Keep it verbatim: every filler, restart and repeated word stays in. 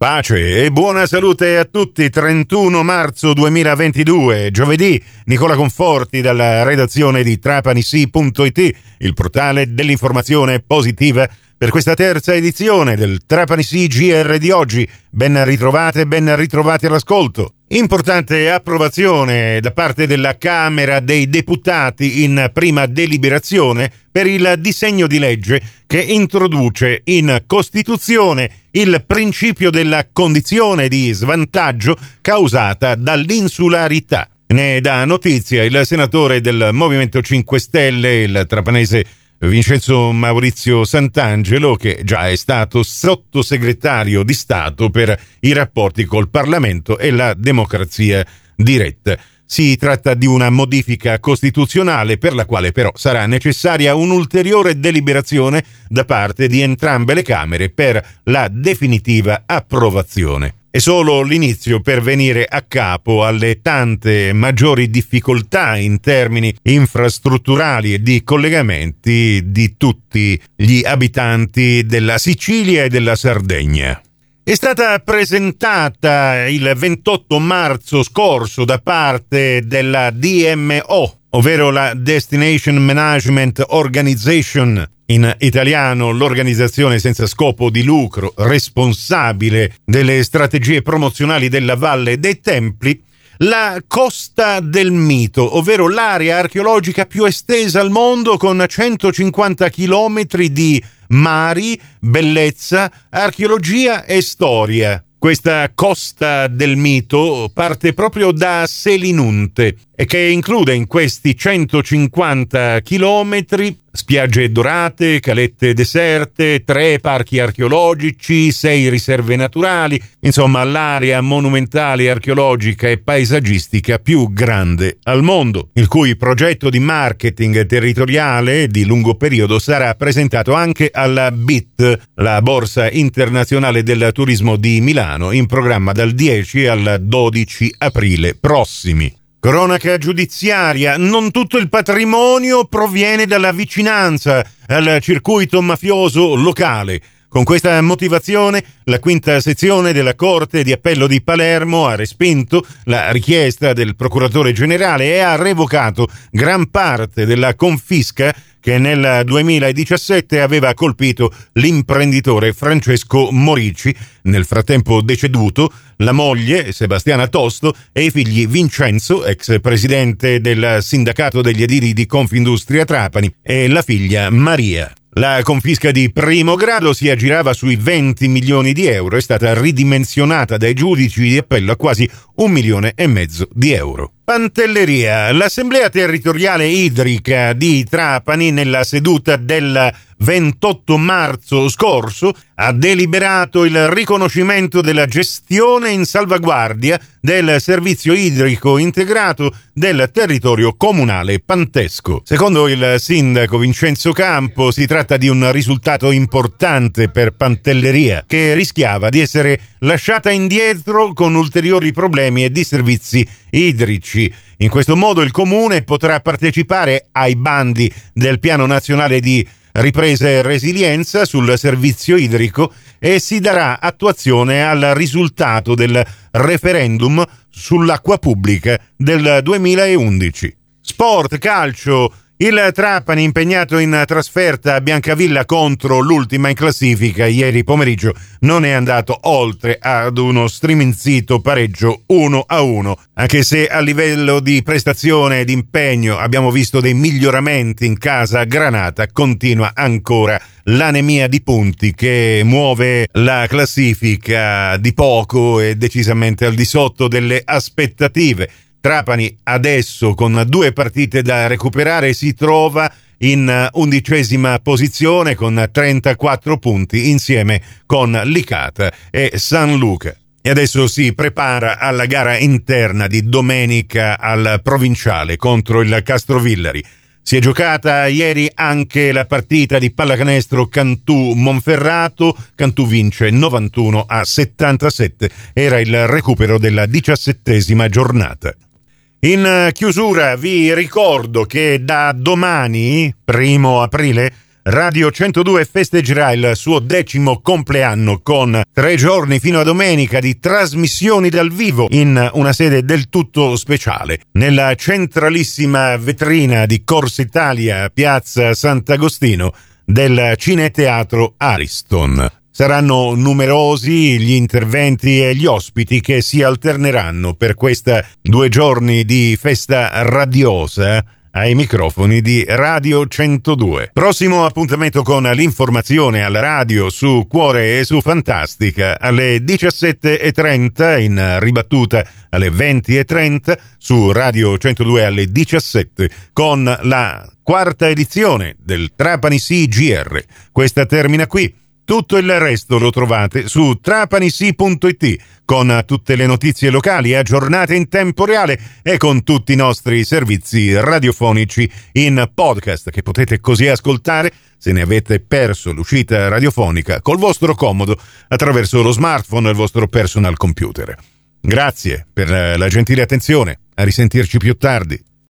Pace e buona salute a tutti. trentuno marzo duemilaventidue, giovedì. Nicola Conforti dalla redazione di Trapanisi punto it, il portale dell'informazione positiva, per questa terza edizione del Trapanisi G R di oggi. Ben ritrovate, ben ritrovati all'ascolto. Importante approvazione da parte della Camera dei Deputati in prima deliberazione per il disegno di legge che introduce in Costituzione il principio della condizione di svantaggio causata dall'insularità. Ne dà notizia il senatore del Movimento cinque Stelle, il trapanese Vincenzo Maurizio Santangelo, che già è stato sottosegretario di Stato per i rapporti col Parlamento e la democrazia diretta. Si tratta di una modifica costituzionale per la quale però sarà necessaria un'ulteriore deliberazione da parte di entrambe le Camere per la definitiva approvazione. È solo l'inizio per venire a capo alle tante maggiori difficoltà in termini infrastrutturali e di collegamenti di tutti gli abitanti della Sicilia e della Sardegna. È stata presentata il ventotto marzo scorso da parte della D M O, ovvero la Destination Management Organization, in italiano l'organizzazione senza scopo di lucro responsabile delle strategie promozionali della Valle dei Templi, la Costa del Mito, ovvero l'area archeologica più estesa al mondo con centocinquanta chilometri di mari, bellezza, archeologia e storia. Questa Costa del Mito parte proprio da Selinunte e che include in questi centocinquanta chilometri spiagge dorate, calette deserte, tre parchi archeologici, sei riserve naturali, insomma l'area monumentale archeologica e paesaggistica più grande al mondo, il cui progetto di marketing territoriale di lungo periodo sarà presentato anche alla B I T, la Borsa Internazionale del Turismo di Milano, in programma dal dieci al dodici aprile prossimi. Cronaca giudiziaria: non tutto il patrimonio proviene dalla vicinanza al circuito mafioso locale. Con questa motivazione, la quinta sezione della Corte di Appello di Palermo ha respinto la richiesta del procuratore generale e ha revocato gran parte della confisca che nel duemiladiciassette aveva colpito l'imprenditore Francesco Morici, nel frattempo deceduto, la moglie Sebastiana Tosto e i figli Vincenzo, ex presidente del sindacato degli edili di Confindustria Trapani, e la figlia Maria. La confisca di primo grado si aggirava sui venti milioni di euro, è stata ridimensionata dai giudici di appello a quasi un milione e mezzo di euro. Pantelleria: l'Assemblea territoriale idrica di Trapani, nella seduta del ventotto marzo scorso, ha deliberato il riconoscimento della gestione in salvaguardia del servizio idrico integrato del territorio comunale pantesco. Secondo il sindaco Vincenzo Campo, si tratta di un risultato importante per Pantelleria, che rischiava di essere lasciata indietro con ulteriori problemi e disservizi idrici. In questo modo il comune potrà partecipare ai bandi del Piano Nazionale di Ripresa e Resilienza sul servizio idrico e si darà attuazione al risultato del referendum sull'acqua pubblica del duemilaundici. Sport, calcio: il Trapani, impegnato in trasferta a Biancavilla contro l'ultima in classifica ieri pomeriggio, non è andato oltre ad uno striminzito pareggio uno a uno, anche se a livello di prestazione e di impegno abbiamo visto dei miglioramenti in casa Granata. Continua ancora l'anemia di punti che muove la classifica di poco e decisamente al di sotto delle aspettative. Trapani adesso, con due partite da recuperare, si trova in undicesima posizione con trentaquattro punti insieme con Licata e San Luca. E adesso si prepara alla gara interna di domenica al Provinciale contro il Castrovillari. Si è giocata ieri anche la partita di pallacanestro Cantù-Monferrato. Cantù vince novantuno a settantasette. Era il recupero della diciassettesima giornata. In chiusura vi ricordo che da domani, primo aprile, Radio centodue festeggerà il suo decimo compleanno con tre giorni fino a domenica di trasmissioni dal vivo in una sede del tutto speciale, nella centralissima vetrina di Corsa Italia, piazza Sant'Agostino, del Cineteatro Ariston. Saranno numerosi gli interventi e gli ospiti che si alterneranno per questa due giorni di festa radiosa ai microfoni di Radio centodue. Prossimo appuntamento con l'informazione alla radio su Cuore e su Fantastica alle diciassette e trenta, in ribattuta alle venti e trenta su Radio centodue alle diciassette, con la quarta edizione del Trapani Sì G R. Questa termina qui. Tutto il resto lo trovate su trapanisi punto it, con tutte le notizie locali aggiornate in tempo reale e con tutti i nostri servizi radiofonici in podcast, che potete così ascoltare se ne avete perso l'uscita radiofonica col vostro comodo attraverso lo smartphone o il vostro personal computer. Grazie per la gentile attenzione, a risentirci più tardi.